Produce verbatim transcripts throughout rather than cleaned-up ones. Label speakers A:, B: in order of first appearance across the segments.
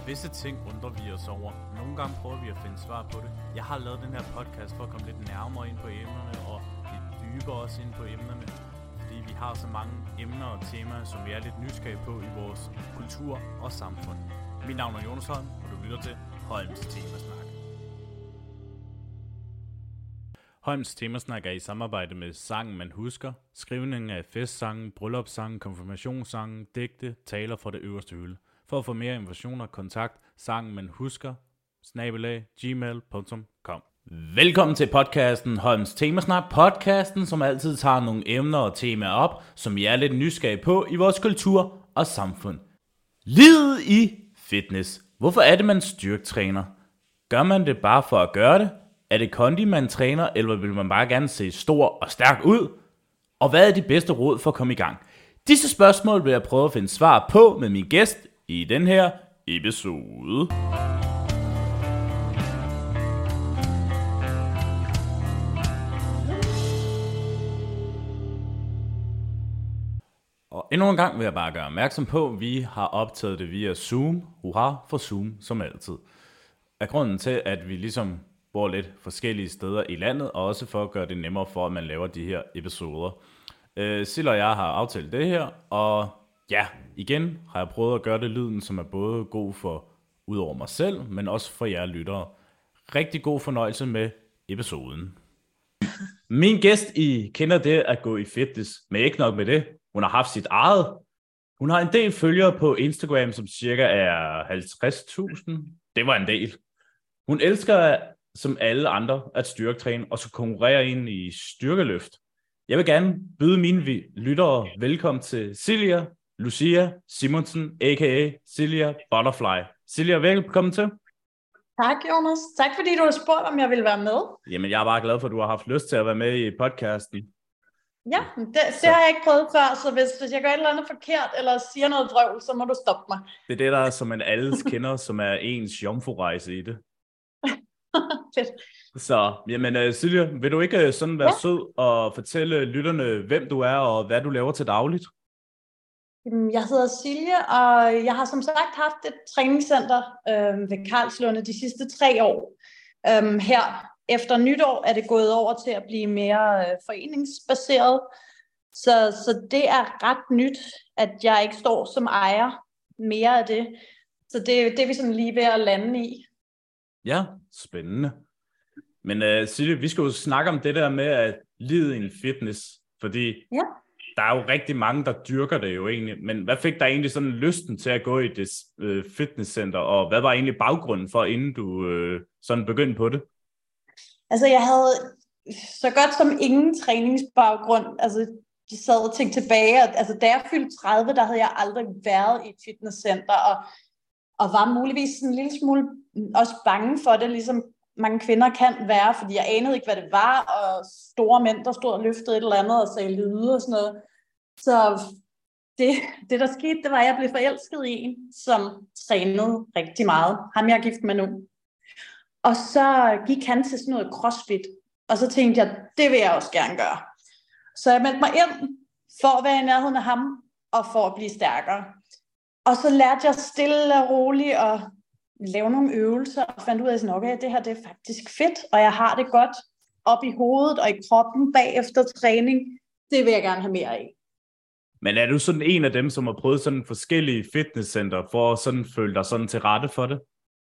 A: Visse ting undrer vi os over. Nogle gange prøver vi at finde svar på det. Jeg har lavet den her podcast for at komme lidt nærmere ind på emnerne og lidt dybere også ind på emnerne. Fordi vi har så mange emner og temaer, som vi er lidt nysgerrige på i vores kultur og samfund. Mit navn er Jonas Holm, og du lytter til Holms Temasnak. Holms Temasnak er i samarbejde med Sangen Man Husker, skrivningen af festsange, bryllupssange, konfirmationssange, digte, taler fra det øverste hylde. For at få mere informationer, kontakt sangen man husker, snabelag, gmail punktum com. Velkommen til podcasten Holms Temasnak, podcasten, som altid tager nogle emner og temaer op, som vi er lidt nysgerrige på i vores kultur og samfund. Livet i fitness. Hvorfor er det, man styrketræner? Gør man det bare for at gøre det? Er det kondi, man træner, eller vil man bare gerne se stor og stærk ud? Og hvad er de bedste råd for at komme i gang? Disse spørgsmål vil jeg prøve at finde svar på med min gæst i den her episode. Og endnu en gang vil jeg bare gøre opmærksom på, at vi har optaget det via Zoom. Hurra for Zoom, som altid. Er grunden til, at vi ligesom bor lidt forskellige steder i landet, og også for at gøre det nemmere for, at man laver de her episoder. Øh, Silla og jeg har aftalt det her, og ja, igen har jeg prøvet at gøre det lyden, som er både god for ud over mig selv, men også for jer lyttere. Rigtig god fornøjelse med episoden. Min gæst, I kender det at gå i fitness, men ikke nok med det. Hun har haft sit eget. Hun har en del følgere på Instagram, som cirka er halvtreds tusind. Det var en del. Hun elsker som alle andre at styrketræne og så konkurrere ind i styrkeløft. Jeg vil gerne byde mine lyttere velkommen til Silja Lucia Simonsen, a k a. Silja Butterfly. Silja, velkommen til.
B: Tak, Jonas. Tak, fordi du har spurgt, om jeg vil være med.
A: Jamen, jeg er bare glad for, at du har haft lyst til at være med i podcasten.
B: Ja, det, det har jeg ikke prøvet før, så hvis, hvis jeg gør et eller andet forkert, eller siger noget vrøvl, så må du stoppe mig.
A: Det er det, der er, som man alles kender, som er ens jomfru-rejse i det.
B: Fedt.
A: Så, jamen, uh, Silja, vil du ikke sådan være ja. sød og fortælle lytterne, hvem du er, og hvad du laver til dagligt?
B: Jeg hedder Silja, og jeg har som sagt haft et træningscenter øh, ved Karlslunde de sidste tre år. Øhm, her efter nytår er det gået over til at blive mere øh, foreningsbaseret. Så, så det er ret nyt, at jeg ikke står som ejer mere af det. Så det, det er vi sådan lige ved at lande i.
A: Ja, spændende. Men uh, Silja, vi skal jo snakke om det der med at lide i en fitness, fordi ja. Der er jo rigtig mange, der dyrker det jo egentlig. Men hvad fik dig egentlig sådan lysten til at gå i det uh, fitnesscenter, og hvad var egentlig baggrunden for, inden du uh, sådan begyndte på det?
B: Altså, jeg havde så godt som ingen træningsbaggrund. Altså, jeg sad og tænkte tilbage, at altså, da jeg fyldte tredive, der havde jeg aldrig været i et fitnesscenter, og, og var muligvis en lille smule også bange for det, ligesom mange kvinder kan være, fordi jeg anede ikke, hvad det var, og store mænd, der stod og løftede et eller andet og sagde lyde og sådan noget. Så det, det der skete, det var, at jeg blev forelsket i en, som trænede rigtig meget. Ham jeg er gift med nu. Og så gik han til sådan noget crossfit, og så tænkte jeg, det vil jeg også gerne gøre. Så jeg meldte mig ind for at være i nærheden af ham, og for at blive stærkere. Og så lærte jeg stille og roligt at lave nogle øvelser, og fandt ud af, at okay, det her det er faktisk fedt, og jeg har det godt op i hovedet og i kroppen bagefter træning. Det vil jeg gerne have mere af.
A: Men er du sådan en af dem, som har prøvet sådan forskellige fitnesscenter, for at sådan føle dig sådan til rette for det?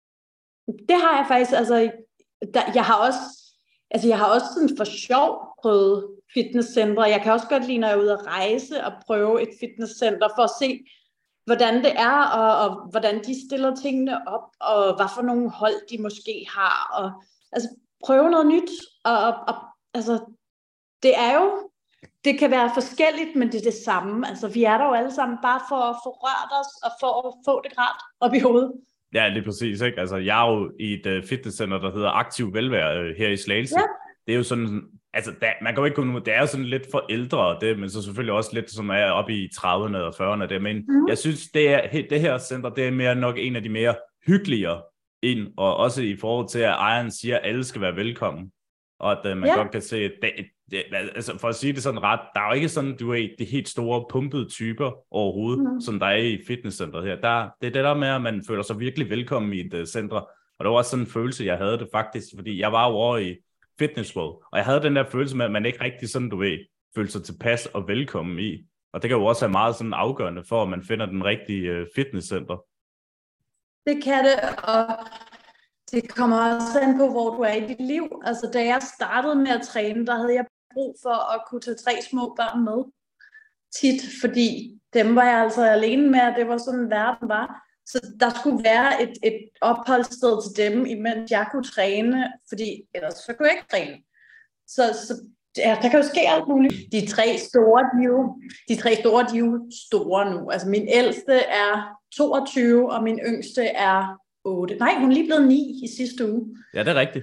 B: Det har jeg faktisk, altså, der, jeg har også, altså jeg har også sådan for sjov prøvet fitnesscentre. Jeg kan også godt lide, når jeg er ude at rejse og prøve et fitnesscenter, for at se, hvordan det er, og, og hvordan de stiller tingene op, og hvad for nogle hold de måske har, og altså prøve noget nyt, og, og, og altså, det er jo, det kan være forskelligt, men det er det samme, altså vi er der jo alle sammen bare for at få rørt os, og for at få det grat op i hovedet. Ja,
A: lige præcis, ikke? Altså jeg er jo i et uh, fitnesscenter, der hedder Aktiv Velvære uh, her i Slagelse. Ja. Det er jo sådan, altså der, man kan jo ikke komme, det er jo sådan lidt for ældre det, men så selvfølgelig også lidt som er oppe i trediverne og fyrrerne det, men mm. jeg synes det er det her center, det er mere nok en af de mere hyggeligere ind, og også i forhold til at ejeren siger at alle skal være velkommen, og at uh, man ja. godt kan se at det, det, altså for at sige det sådan ret, der er jo ikke sådan, du er de helt store pumpede typer overhovedet, mm. som der er i fitnesscenteret her. Der, det er det der med, at man føler sig virkelig velkommen i et uh, center. Og det var også sådan en følelse, jeg havde det faktisk, fordi jeg var jo over i Fitness World, og jeg havde den der følelse med, at man ikke rigtig sådan, du ved, følte sig tilpas og velkommen i. Og det kan jo også være meget sådan afgørende for, at man finder den rigtige uh, fitnesscenter.
B: Det kan det, og det kommer også an på, hvor du er i dit liv. Altså, da jeg startede med at træne, der havde jeg brug for at kunne tage tre små børn med tit, fordi dem var jeg altså alene med, og det var sådan, verden var. Så der skulle være et, et opholdssted til dem, imens jeg kunne træne, fordi ellers så kunne jeg ikke træne. Så, så ja, der kan jo ske alt muligt. De tre store, de er jo, de tre store, de er jo store nu. Altså min ældste er toogtyve, og min yngste er otte. Nej, hun er lige blevet ni i sidste uge.
A: Ja, det er rigtigt.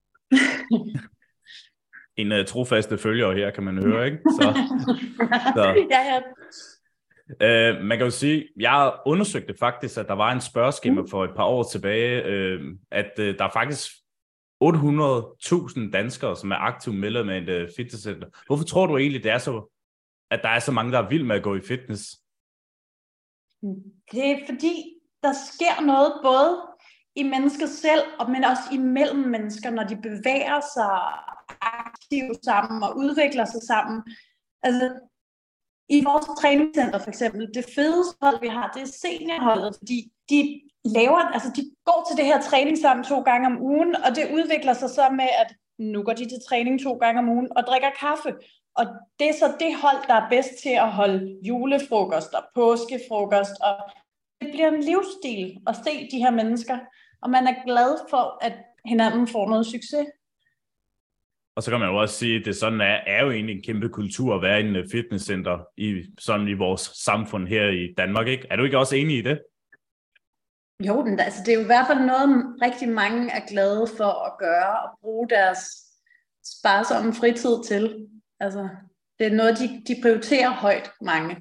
A: En uh, trofaste følger her, kan man høre, ikke? Så, så.
B: Ja, ja.
A: Uh, man kan jo sige, jeg undersøgte faktisk, at der var en spørgeskema for et par år tilbage, uh, at uh, der er faktisk otte hundrede tusind danskere, som er aktive medlemmer af et uh, fitnesscenter. Hvorfor tror du egentlig, det er så, at der er så mange, der er vilde med at gå i fitness?
B: Det er fordi, der sker noget både i mennesker selv, men også imellem mennesker, når de bevæger sig aktivt sammen og udvikler sig sammen. Altså, i vores træningscenter for eksempel, det fedeste hold, vi har, det er seniorholdet, fordi de laver, altså de går til det her træning sammen to gange om ugen, og det udvikler sig så med, at nu går de til træning to gange om ugen og drikker kaffe. Og det er så det hold, der er bedst til at holde julefrokost og påskefrokost, og det bliver en livsstil at se de her mennesker, og man er glad for, at hinanden får noget succes.
A: Og så kan man jo også sige, at det sådan er, er jo egentlig en kæmpe kultur at være i en fitnesscenter i, sådan i vores samfund her i Danmark, ikke? Er du ikke også enig i det?
B: Jo, altså det er jo i hvert fald noget, rigtig mange er glade for at gøre og bruge deres sparsomme fritid til. Altså, det er noget, de, de prioriterer højt, mange.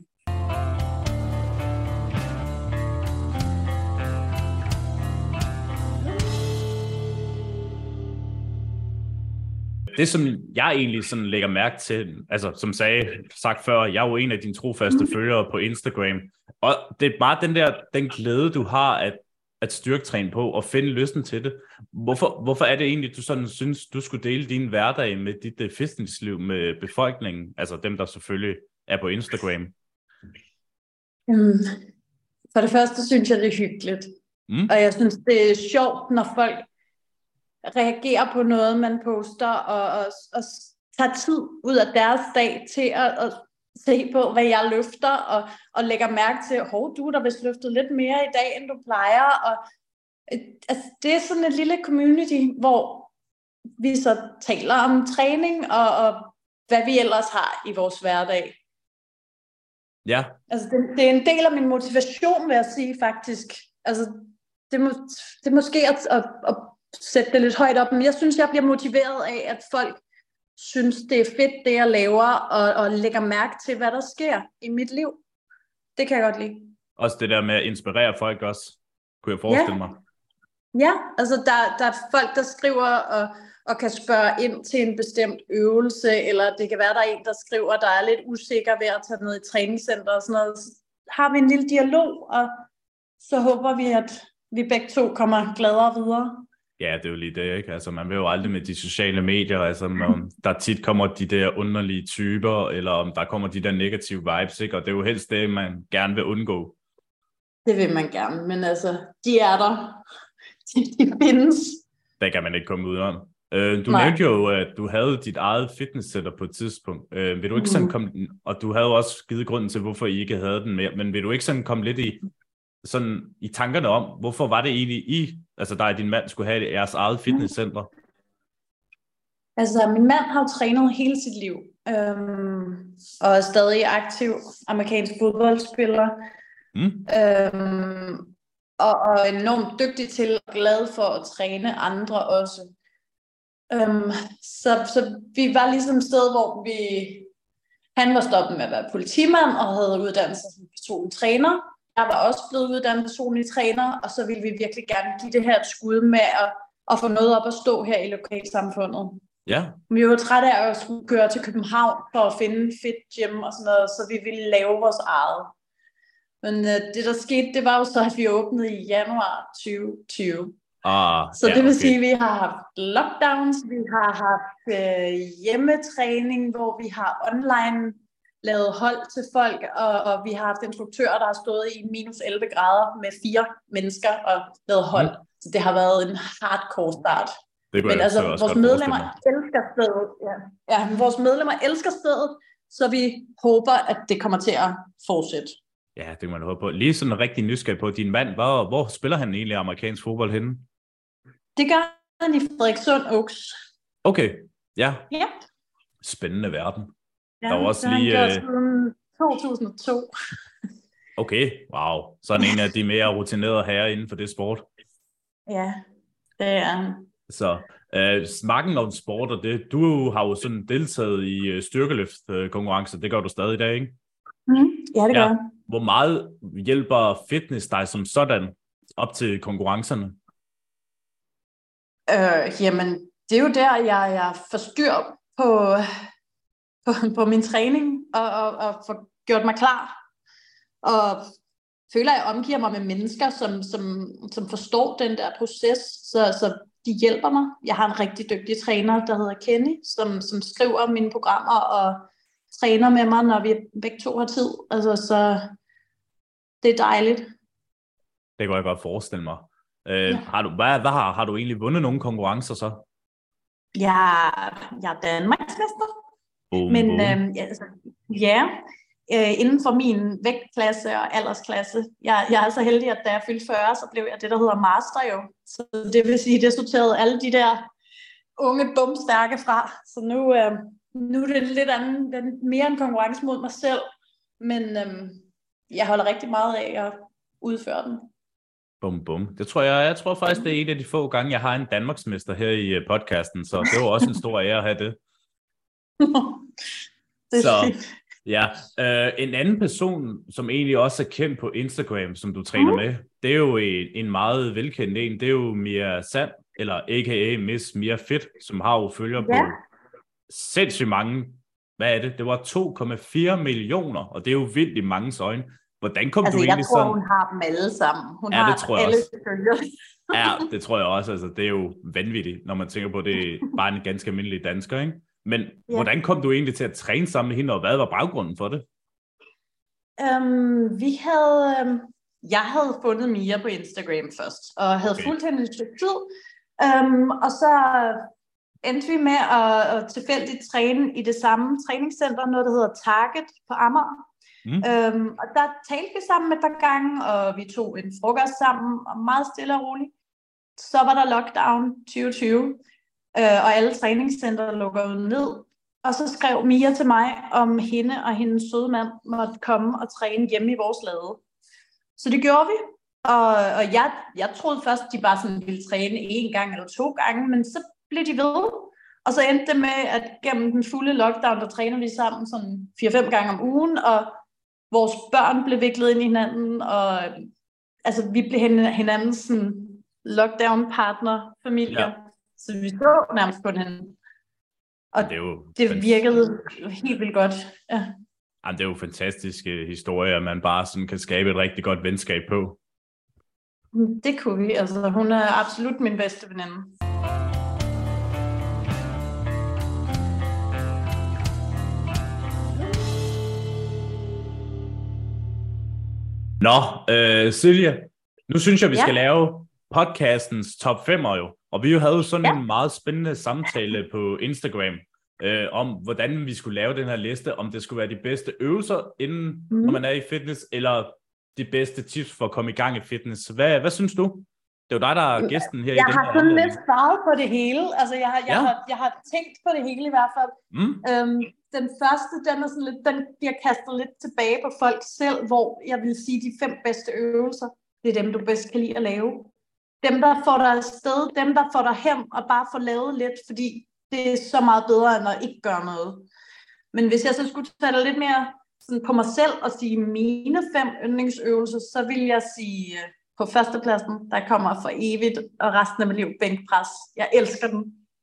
A: Det, som jeg egentlig sådan lægger mærke til, altså som sagde, sagt før, jeg er jo en af dine trofaste følgere på Instagram, og det er bare den der, den glæde, du har at, at styrketræne på og finde lysten til det. Hvorfor, hvorfor er det egentlig, du sådan synes, du skulle dele din hverdag med dit uh, fitnessliv med befolkningen, altså dem, der selvfølgelig er på Instagram?
B: Um, for det første synes jeg, det er hyggeligt. Mm. Og jeg synes, det er sjovt, når folk reagerer på noget, man poster, og, og, og tager tid ud af deres dag til at, at se på, hvad jeg løfter, og, og lægger mærke til, hov, du der vist løftet lidt mere i dag, end du plejer. Og, altså, det er sådan et lille community, hvor vi så taler om træning, og, og hvad vi ellers har i vores hverdag.
A: Ja.
B: Altså, det, det er en del af min motivation, vil jeg sige, faktisk. Altså, det, må, det er måske at, at, at sætte det lidt højt op, men jeg synes, jeg bliver motiveret af, at folk synes, det er fedt, det jeg laver, og, og lægger mærke til, hvad der sker i mit liv. Det kan jeg godt lide.
A: Også det der med at inspirere folk også, kunne jeg forestille
B: ja.
A: mig.
B: Ja, altså der, der er folk, der skriver og, og kan spørge ind til en bestemt øvelse, eller det kan være, der er en, der skriver, der er lidt usikker ved at tage ned i træningscenter og sådan noget. Så har vi en lille dialog, og så håber vi, at vi begge to kommer gladere videre.
A: Ja, det er jo lige det, ikke? Altså, man vil jo aldrig med de sociale medier, altså, om der tit kommer de der underlige typer, eller om der kommer de der negative vibes, ikke? Og det er jo helst det, man gerne vil undgå.
B: Det vil man gerne, men altså, de er der. De, de findes.
A: Det kan man ikke komme ud om. Øh, du
B: Nej.
A: nævnte jo, at du havde dit eget fitnesscenter på et tidspunkt. Øh, vil du ikke sådan
B: mm.
A: komme, og du havde også givet grunden til, hvorfor I ikke havde den mere, men vil du ikke sådan komme lidt i, sådan i tankerne om, hvorfor var det egentlig I, altså dig og din mand, skulle have jeres eget fitnesscenter?
B: Altså, min mand har jo trænet hele sit liv, øhm, og er stadig aktiv amerikansk fodboldspiller, mm. øhm, og, og enormt dygtig til og glad for at træne andre også. Øhm, så, så vi var ligesom et sted, hvor vi, han var stoppet med at være politimand og havde uddannelse som personlig træner. Jeg var også blevet uddannet personlig træner, og så ville vi virkelig gerne give det her et skud med at, at få noget op at stå her i lokalsamfundet.
A: Ja.
B: Vi var trætte af at skulle køre til København for at finde en fedt gym og sådan noget, så vi ville lave vores eget. Men uh, det, der skete, det var jo så, at vi åbnede i januar tyve tyve.
A: Ah,
B: så
A: ja,
B: det vil
A: okay.
B: sige, at vi har haft lockdowns, vi har haft øh, hjemmetræning, hvor vi har online lavet hold til folk, og, og vi har haft instruktører, der har stået i minus elleve grader med fire mennesker og lavet hold. Mm. Så det har været en hardcore start.
A: Det
B: Men altså, vores medlemmer elsker stedet. Ja. ja, vores medlemmer elsker stedet, så vi håber, at det kommer til at fortsætte.
A: Ja, det kan man håbe på. Lige sådan rigtig nysgerrig på din mand. Hvor, hvor spiller han egentlig amerikansk fodbold henne?
B: Det gør han i Frederikssund Oaks.
A: Okay, ja.
B: Ja.
A: Spændende verden.
B: Ja,
A: der var også
B: det har
A: lige,
B: han gjort siden to tusind og to.
A: Okay, wow. Sådan en af de mere rutinerede herrer inden for det sport.
B: Ja, det er han.
A: Så uh, snakken om sport og det, du har jo sådan deltaget i uh, styrkeløft-konkurrencer, det gør du stadig i dag, ikke?
B: Mm, ja, det gør jeg.
A: Hvor meget hjælper fitness dig som sådan op til konkurrencerne?
B: Øh, jamen, det er jo der, jeg, jeg får styr på, på, på min træning og, og, og får gjort mig klar. Og føler, at jeg omgiver mig med mennesker, som, som, som forstår den der proces, så, så de hjælper mig. Jeg har en rigtig dygtig træner, der hedder Kenny, som, som skriver mine programmer og træner med mig, når vi begge to har tid. Altså, så det er dejligt.
A: Det kan jeg godt forestille mig. Øh, ja. har, du, hvad, hvad har, har du egentlig vundet nogle konkurrencer så?
B: Jeg, jeg er Danmarksmester.
A: Boom,
B: Men
A: boom.
B: Øh, altså, ja, øh, inden for min vægtklasse og aldersklasse. Jeg, jeg er så heldig, at da jeg fyldte fyrre, så blev jeg det, der hedder master jo. Så det vil sige, det sorterede alle de der unge bumstærke fra. Så nu, øh, nu er det lidt anden, mere en konkurrence mod mig selv. Men øh, jeg holder rigtig meget af at udføre den.
A: Bum, bum. Det tror jeg, jeg tror faktisk, det er en af de få gange, jeg har en Danmarksmester her i podcasten, så det var også en stor ære at have det.
B: Det er
A: så,
B: fint.
A: ja. Øh, en anden person, som egentlig også er kendt på Instagram, som du træner mm. med, det er jo en, en meget velkendt en, det er jo Mia Sand, eller a k a. Miss Mia Fit, som har jo følger ja. på sindssygt mange, hvad er det? Det var to komma fire millioner, og det er jo vildt i manges øjne. Hvordan kom
B: altså,
A: du
B: jeg
A: egentlig
B: tror,
A: sådan?
B: hun har dem alle sammen. Hun
A: ja,
B: har
A: det tror jeg
B: alle
A: også. Ja, det tror jeg også. Altså, det er jo vanvittigt, når man tænker på, det er bare en ganske almindelig dansker, ikke? Men ja. Hvordan kom du egentlig til at træne sammen med hende, og hvad var baggrunden for det?
B: Um, vi havde... Um, jeg havde fundet Mia på Instagram først, og havde okay. fulgt hende et stykke tid. Um, og så endte vi med at, at tilfældigt træne i det samme træningscenter, noget der hedder Target på Amager. Mm. Um, og der talte vi sammen et par gange, og vi tog en frokost sammen, og meget stille og roligt. Så var der lockdown tyve tyve, øh, og alle træningscenter lukkede ned. Og så skrev Mia til mig, om hende og hendes søde mand måtte komme og træne hjemme i vores lade. Så det gjorde vi. Og, og jeg, jeg troede først, de bare sådan ville træne en gang eller to gange, men så blev de ved. Og så endte det med, at gennem den fulde lockdown, der træner vi sammen sådan fire fem gange om ugen, og vores børn blev viklet ind i hinanden, og altså, vi blev hinandens sådan, lockdown-partner-familier. Ja. Så vi så nærmest på hinanden. Og det, er jo det virkede helt vildt godt. Ja.
A: Jamen, det er jo fantastiske historier, at man bare sådan kan skabe et rigtig godt venskab på.
B: Det kunne vi. Altså, hun er absolut min bedste veninde.
A: Nå, øh, Silja, nu synes jeg, vi skal
B: ja.
A: lave podcastens top femmer jo. Og vi havde jo sådan ja. en meget spændende samtale på Instagram øh, om, hvordan vi skulle lave den her liste, om det skulle være de bedste øvelser, inden mm. når man er i fitness, eller de bedste tips for at komme i gang i fitness. Hvad, hvad synes du? Det er jo dig, der er gæsten her
B: jeg
A: i den her
B: Jeg har sådan lidt svaret på det hele. Altså, jeg har, jeg,
A: ja.
B: har, jeg har tænkt på det hele i hvert fald. Mm. Øhm, den første, den, er sådan lidt, den bliver kastet lidt tilbage på folk selv, hvor jeg vil sige, de fem bedste øvelser, det er dem, du bedst kan lide at lave. Dem, der får dig afsted, dem, der får dig hen og bare får lavet lidt, fordi det er så meget bedre, end at ikke gøre noget. Men hvis jeg så skulle tage det lidt mere sådan på mig selv og sige mine fem yndlingsøvelser, så vil jeg sige på førstepladsen, der kommer for evigt og resten af mit liv bænkpres. Jeg elsker den.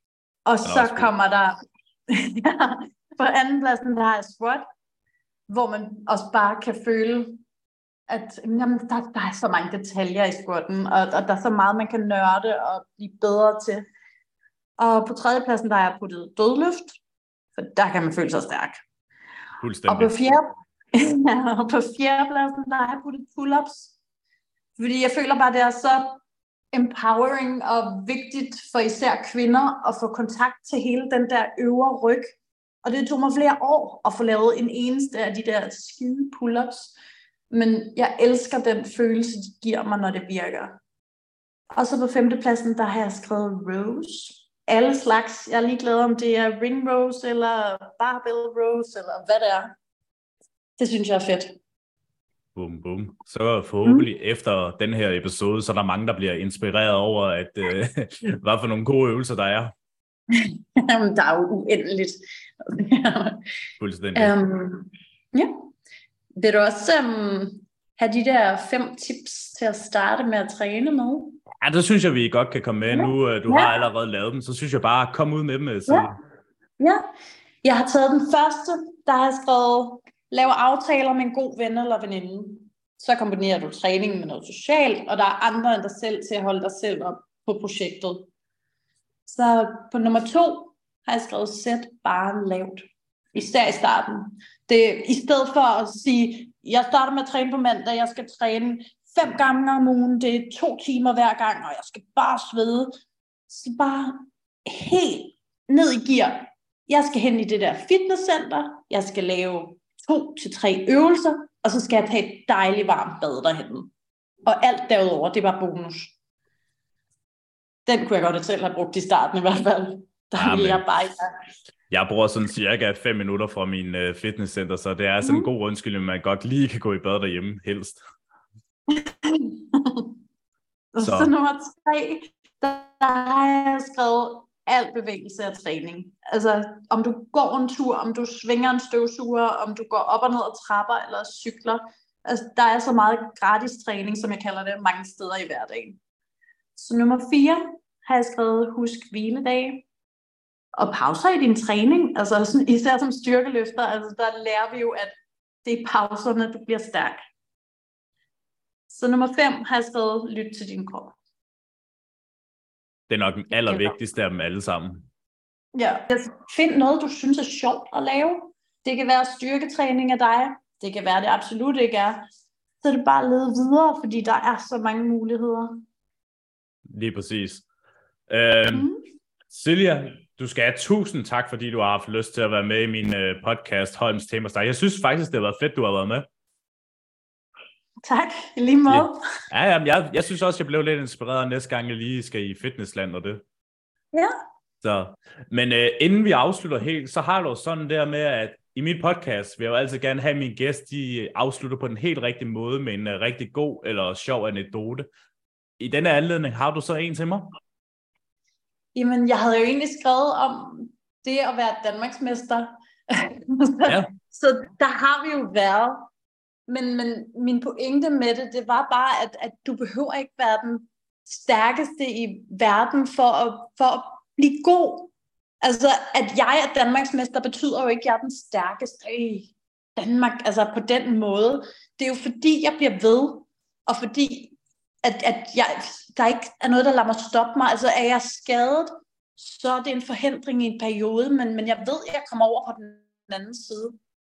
B: Og så kommer der, på anden pladsen, der er squat, hvor man også bare kan føle, at jamen, der, der er så mange detaljer i squatten, og, og der er så meget, man kan nørde og blive bedre til. Og på tredje pladsen, der er jeg puttet dødløft, for der kan man føle sig stærk. Og på fjerde, ja, og på fjerde pladsen, der er jeg puttet pull-ups, fordi jeg føler bare, det er så empowering og vigtigt for især kvinder at få kontakt til hele den der øvre ryg. Og det tog mig flere år at få lavet en eneste af de der skide pull-ups. Men jeg elsker den følelse, de giver mig, når det virker. Og så på femtepladsen, der har jeg skrevet rows. Alle slags. Jeg er lige glad om det er ring rows, eller barbell rows, eller hvad det er. Det synes jeg er fedt.
A: Boom, boom. Så forhåbentlig mm. efter den her episode, så er der mange, der bliver inspireret over, at øh, hvad for nogle gode øvelser der er.
B: Jamen, der er jo uendeligt.
A: Fuldstændig.
B: Um, ja. Vil du også um, have de der fem tips til at starte med at træne med?
A: Ja, det synes jeg, vi godt kan komme med ja. Nu. Du ja. har allerede lavet dem, så synes jeg bare, kom ud med dem.
B: Ja. ja. Jeg har taget den første, der har skrevet, lave aftaler med en god ven eller veninde. Så kombinerer du træning med noget socialt, og der er andre end dig selv til at holde dig selv op på projektet. Så på nummer to har jeg skrevet, sæt barren lavt. Især i starten. Det, I stedet for at sige, jeg starter med at træne på mandag, jeg skal træne fem gange om ugen, det er to timer hver gang, og jeg skal bare svede. Så bare helt ned i gear. Jeg skal hen i det der fitnesscenter, jeg skal lave to til tre øvelser, og så skal jeg tage et dejligt varmt bad derhen. Og alt derudover, det var bonus. Den kunne jeg godt selv have brugt i starten i hvert fald. Der ja, ville jeg bare ikke.
A: Jeg bruger sådan cirka fem minutter fra min uh, fitnesscenter, så det er sådan mm. en god undskyldning, at man godt lige kan gå i bad derhjemme, helst.
B: så. så nummer tre, der, der har jeg skrevet al bevægelse af træning. Altså, om du går en tur, om du svinger en støvsuger, om du går op og ned ad trapper eller cykler. Altså, der er så meget gratis træning, som jeg kalder det, mange steder i hverdagen. Så nummer fire har jeg skrevet, husk hviledage og pauser i din træning. Altså, sådan, især som styrkeløfter, altså, der lærer vi jo, at det er pauserne, du bliver stærk. Så nummer fem har jeg skrevet, lyt til din krop.
A: Det er nok den allervigtigste af dem alle sammen.
B: Ja, find noget, du synes er sjovt at lave. Det kan være styrketræning af dig. Det kan være, det absolut ikke er. Så er det bare at lede videre, fordi der er så mange muligheder.
A: Lige præcis. Øhm, mm. Silja, du skal have tusind tak, fordi du har haft lyst til at være med i min øh, podcast, Holms Tema Start. Jeg synes faktisk, det har været fedt, du har været med.
B: Tak, i lige måde.
A: Ja, ja jeg, jeg synes også, jeg blev lidt inspireret næste gang, jeg lige skal i fitnessland og det.
B: Ja.
A: Så, men øh, inden vi afslutter helt, så har du sådan der med, at i min podcast vil jeg jo altid gerne have min gæst, de afslutter på den helt rigtige måde med en uh, rigtig god eller sjov anekdote. I denne anledning, har du så en til mig?
B: Jamen, jeg havde jo egentlig skrevet om det at være Danmarksmester. så, ja. så der har vi jo været. Men, men min pointe med det, det var bare, at, at du behøver ikke være den stærkeste i verden for at, for at blive god. Altså, at jeg er Danmarksmester, betyder jo ikke, at jeg er den stærkeste i Danmark. Altså, på den måde. Det er jo fordi, jeg bliver ved. Og fordi, at, at jeg, der ikke er noget, der lader mig stoppe mig. Altså, er jeg skadet, så er det en forhindring i en periode. Men, men jeg ved, at jeg kommer over på den anden side.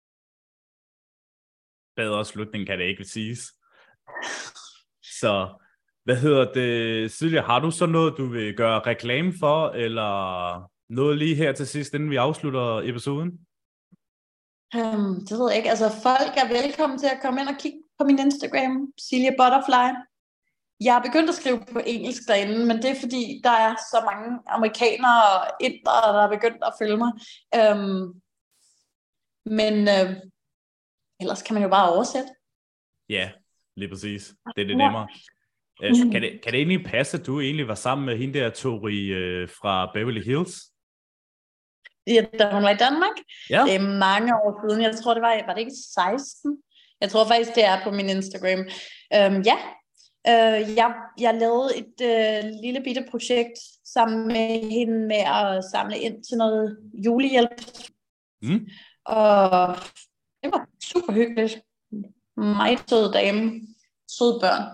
A: Bedre slutning kan det ikke siges. Så, hvad hedder det, Silja, har du så noget, du vil gøre reklame for, eller noget lige her til sidst, inden vi afslutter episoden?
B: Um, det ved jeg ikke. Altså, folk er velkommen til at komme ind og kigge på min Instagram, Silja Butterfly. Jeg har begyndt at skrive på engelsk derinde, men det er fordi, der er så mange amerikanere og indere, der har begyndt at følge mig. Um, men... Uh, Ellers kan man jo bare oversætte.
A: Ja, lige præcis. Det er det nemmere. Mm. Kan, det, kan det egentlig passe, at du egentlig var sammen med hende der, Tori, øh, fra Beverly Hills?
B: Ja, da hun var i Danmark.
A: Ja.
B: Det er mange år siden. Jeg tror, det var, var det ikke seksten? Jeg tror faktisk, det er på min Instagram. Um, ja, Øh, jeg, jeg lavede et øh, lille bitte projekt sammen med hende med at samle ind til noget julehjælp.
A: Mm.
B: Og det var super hyggeligt. Meget sød dame. Søde børn.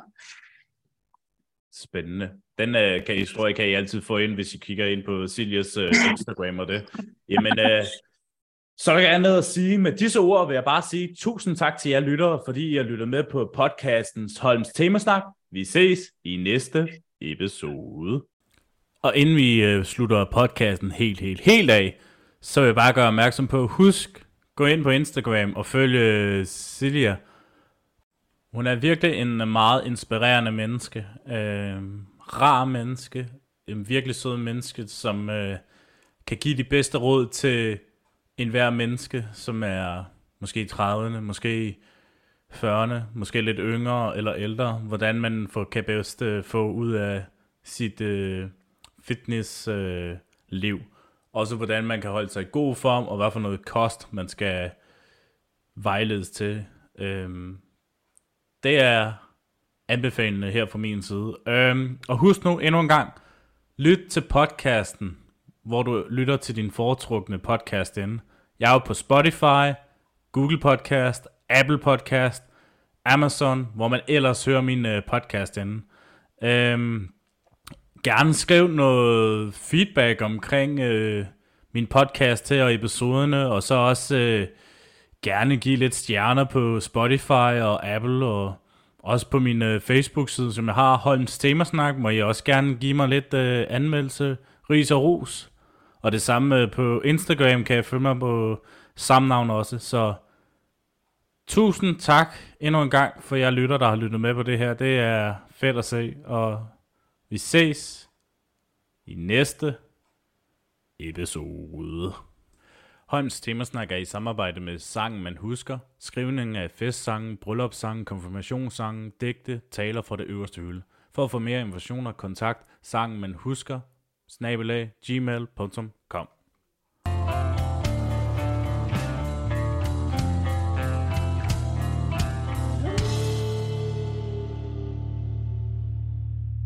A: Spændende. Den øh, kan historie kan I altid få ind, hvis I kigger ind på Siljes øh, Instagram og det. Jamen, øh, så er der ikke andet at sige. Med disse ord vil jeg bare sige tusind tak til jer lyttere, fordi I har lyttet med på podcastens Holms Temasnak. Vi ses i næste episode. Og inden vi øh, slutter podcasten helt, helt, helt af, så vil jeg bare gøre opmærksom på, husk, gå ind på Instagram og følge Silja. Hun er virkelig en meget inspirerende menneske, øh, rar menneske, en virkelig sød menneske, som øh, kan give de bedste råd til enhver menneske, som er måske i trediverne, måske i fyrrerne, måske lidt yngre eller ældre, hvordan man får, kan bedst øh, få ud af sit øh, fitnessliv. Øh, liv. Også hvordan man kan holde sig i god form, og hvad for noget kost man skal vejledes til. Øh, Det er anbefalende her fra min side. Øhm, og husk nu endnu en gang, lyt til podcasten, hvor du lytter til din foretrukne podcast inde. Jeg er jo på Spotify, Google Podcast, Apple Podcast, Amazon, hvor man ellers hører min øh, podcast inde. Øhm, gerne skriv noget feedback omkring øh, min podcast her og episoderne, og så også øh, gerne give lidt stjerner på Spotify og Apple, og også på min øh, Facebook-side, som jeg har, Holms Temasnak, må I også gerne give mig lidt øh, anmeldelse, ris og ros. Og det samme øh, på Instagram kan jeg følge mig på samme navn også. Så tusind tak endnu en gang for jer lytter, der har lyttet med på det her. Det er fedt at se, og vi ses i næste episode. Holms Temasnak er i samarbejde med Sangen Man Husker, skrivningen af festsange, bryllupssange, konfirmationssange, digte, taler fra det øverste hylde. For at få mere information og kontakt, Sangen Man Husker, snabel-a gmail punktum com.